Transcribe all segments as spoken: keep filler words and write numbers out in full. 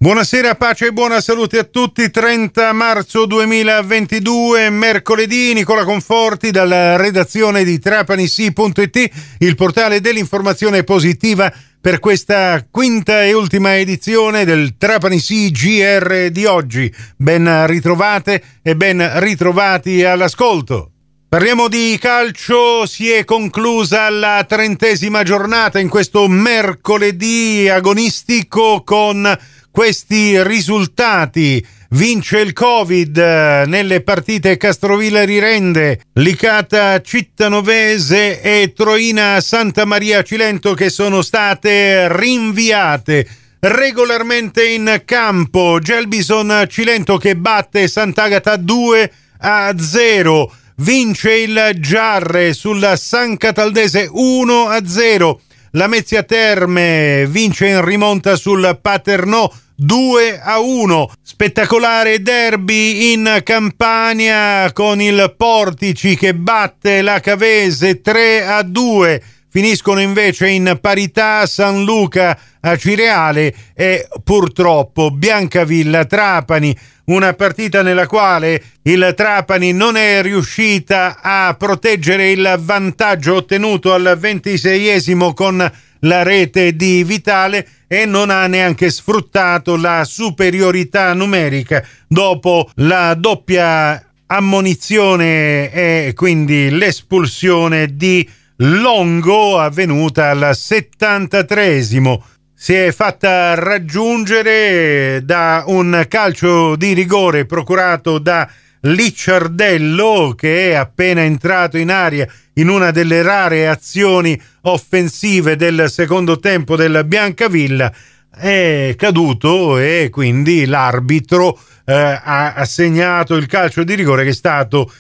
Buonasera, pace e buona salute a tutti. trenta marzo duemilaventidue, mercoledì. Nicola Conforti dalla redazione di Trapani Sì punto it, il portale dell'informazione positiva, per questa quinta e ultima edizione del Trapani Sì G R di oggi. Ben ritrovate e ben ritrovati all'ascolto. Parliamo di calcio. Si è conclusa la trentesima giornata in questo mercoledì agonistico con questi risultati. Vince il Covid nelle partite Castrovillari Rende, Licata Cittanovese e Troina Santa Maria Cilento, che sono state rinviate. Regolarmente in campo Gelbison Cilento che batte Sant'Agata due a zero. Vince il Giarre sulla San Cataldese uno a zero. Lamezia Terme vince in rimonta sul Paternò due a uno. Spettacolare derby in Campania con il Portici che batte la Cavese tre a due. Finiscono invece in parità San Luca a Cireale e purtroppo Biancavilla Trapani, una partita nella quale il Trapani non è riuscita a proteggere il vantaggio ottenuto al ventiseiesimo con la rete di Vitale e non ha neanche sfruttato la superiorità numerica dopo la doppia ammonizione e quindi l'espulsione di Longo avvenuta al settantatreesimo. Si è fatta raggiungere da un calcio di rigore procurato da Licciardello, che è appena entrato in aria in una delle rare azioni offensive del secondo tempo del Biancavilla. È caduto e quindi l'arbitro eh, ha assegnato il calcio di rigore, che è stato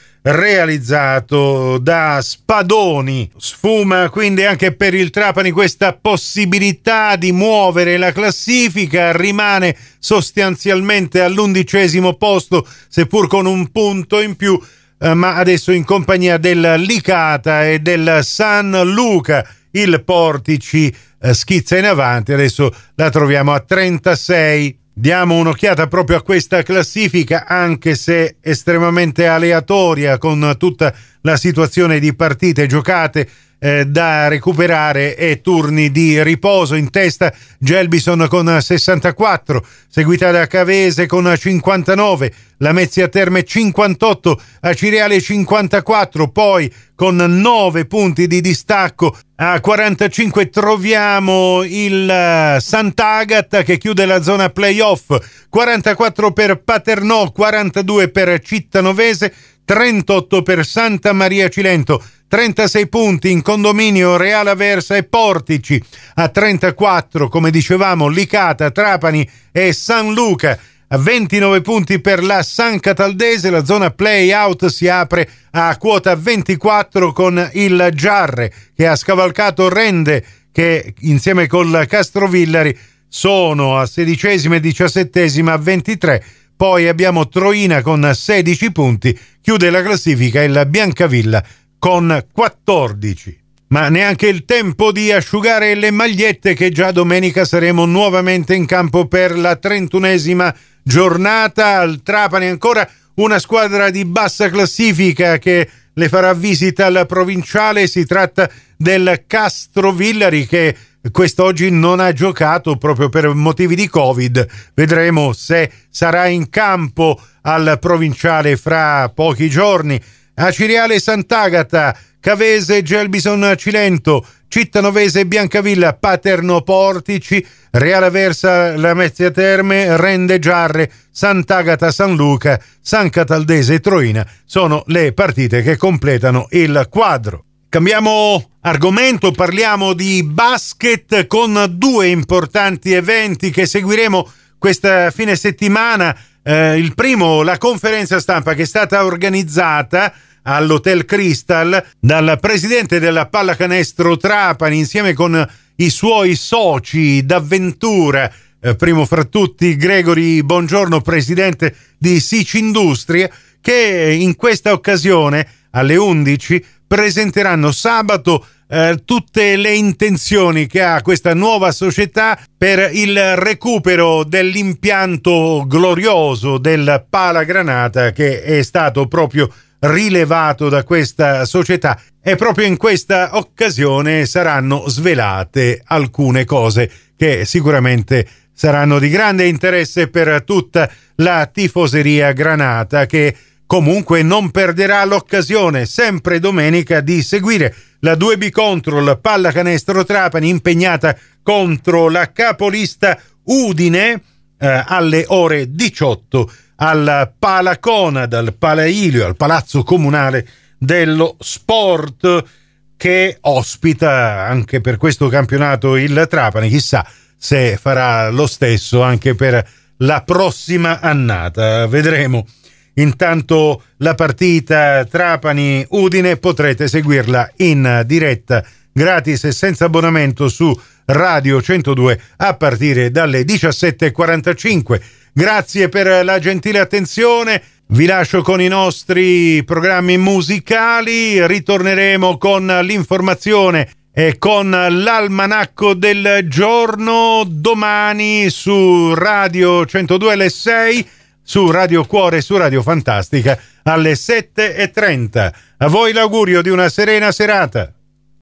realizzato da Spadoni. Sfuma quindi anche per il Trapani questa possibilità di muovere la classifica, rimane sostanzialmente all'undicesimo posto, seppur con un punto in più, eh, ma adesso in compagnia del Licata e del San Luca. Il Portici eh, schizza in avanti, adesso la troviamo a trentasei. Diamo un'occhiata proprio a questa classifica, anche se estremamente aleatoria, con tutta la situazione di partite giocate eh, da recuperare e turni di riposo. In testa Gelbison con sessantaquattro, seguita da Cavese con cinquantanove, Lamezia Terme cinquantotto, Acireale cinquantaquattro, poi con nove punti di distacco a quarantacinque troviamo il Sant'Agata che chiude la zona playoff, quarantaquattro per Paternò, quarantadue per Cittanovese, trentotto per Santa Maria Cilento, trentasei punti in condominio Reale Aversa e Portici, a trentaquattro come dicevamo Licata, Trapani e San Luca, a ventinove punti per la San Cataldese. La zona play-out si apre a quota ventiquattro con il Giarre che ha scavalcato Rende, che insieme col Castrovillari sono a sedicesima e diciassettesima a ventitré. Poi abbiamo Troina con sedici punti, chiude la classifica il Biancavilla con quattordici. Ma neanche il tempo di asciugare le magliette, che già domenica saremo nuovamente in campo per la trentunesima giornata. Al Trapani ancora una squadra di bassa classifica che le farà visita al provinciale. Si tratta del Castrovillari, che quest'oggi non ha giocato proprio per motivi di Covid. Vedremo se sarà in campo al provinciale fra pochi giorni. Acireale Sant'Agata, Cavese Gelbison Cilento, Cittanovese Biancavilla, Paternò Portici, Reale Aversa Lamezia Terme, Rende Giarre, Sant'Agata San Luca, San Cataldese e Troina sono le partite che completano il quadro. Cambiamo argomento, parliamo di basket con due importanti eventi che seguiremo questa fine settimana. Eh, il primo, la conferenza stampa che è stata organizzata all'Hotel Crystal dal presidente della Pallacanestro Trapani insieme con i suoi soci d'avventura, eh, primo fra tutti Gregori Bongiorno, presidente di Sici Industrie, che in questa occasione alle undici presenteranno sabato eh, tutte le intenzioni che ha questa nuova società per il recupero dell'impianto glorioso del Palagranata, che è stato proprio rilevato da questa società, e proprio in questa occasione saranno svelate alcune cose che sicuramente saranno di grande interesse per tutta la tifoseria granata, che comunque non perderà l'occasione sempre domenica di seguire la due B Control Pallacanestro Trapani impegnata contro la capolista Udine eh, alle ore diciotto al Palacona, dal Palailio, al Palazzo Comunale dello Sport, che ospita anche per questo campionato il Trapani. Chissà se farà lo stesso anche per la prossima annata, vedremo. Intanto la partita Trapani-Udine potrete seguirla in diretta gratis e senza abbonamento su Radio centodue a partire dalle diciassette e quarantacinque. Grazie per la gentile attenzione. Vi lascio con i nostri programmi musicali. Ritorneremo con l'informazione e con l'almanacco del giorno domani su Radio centodue alle sei, su Radio Cuore e su Radio Fantastica alle sette e trenta. A voi l'augurio di una serena serata.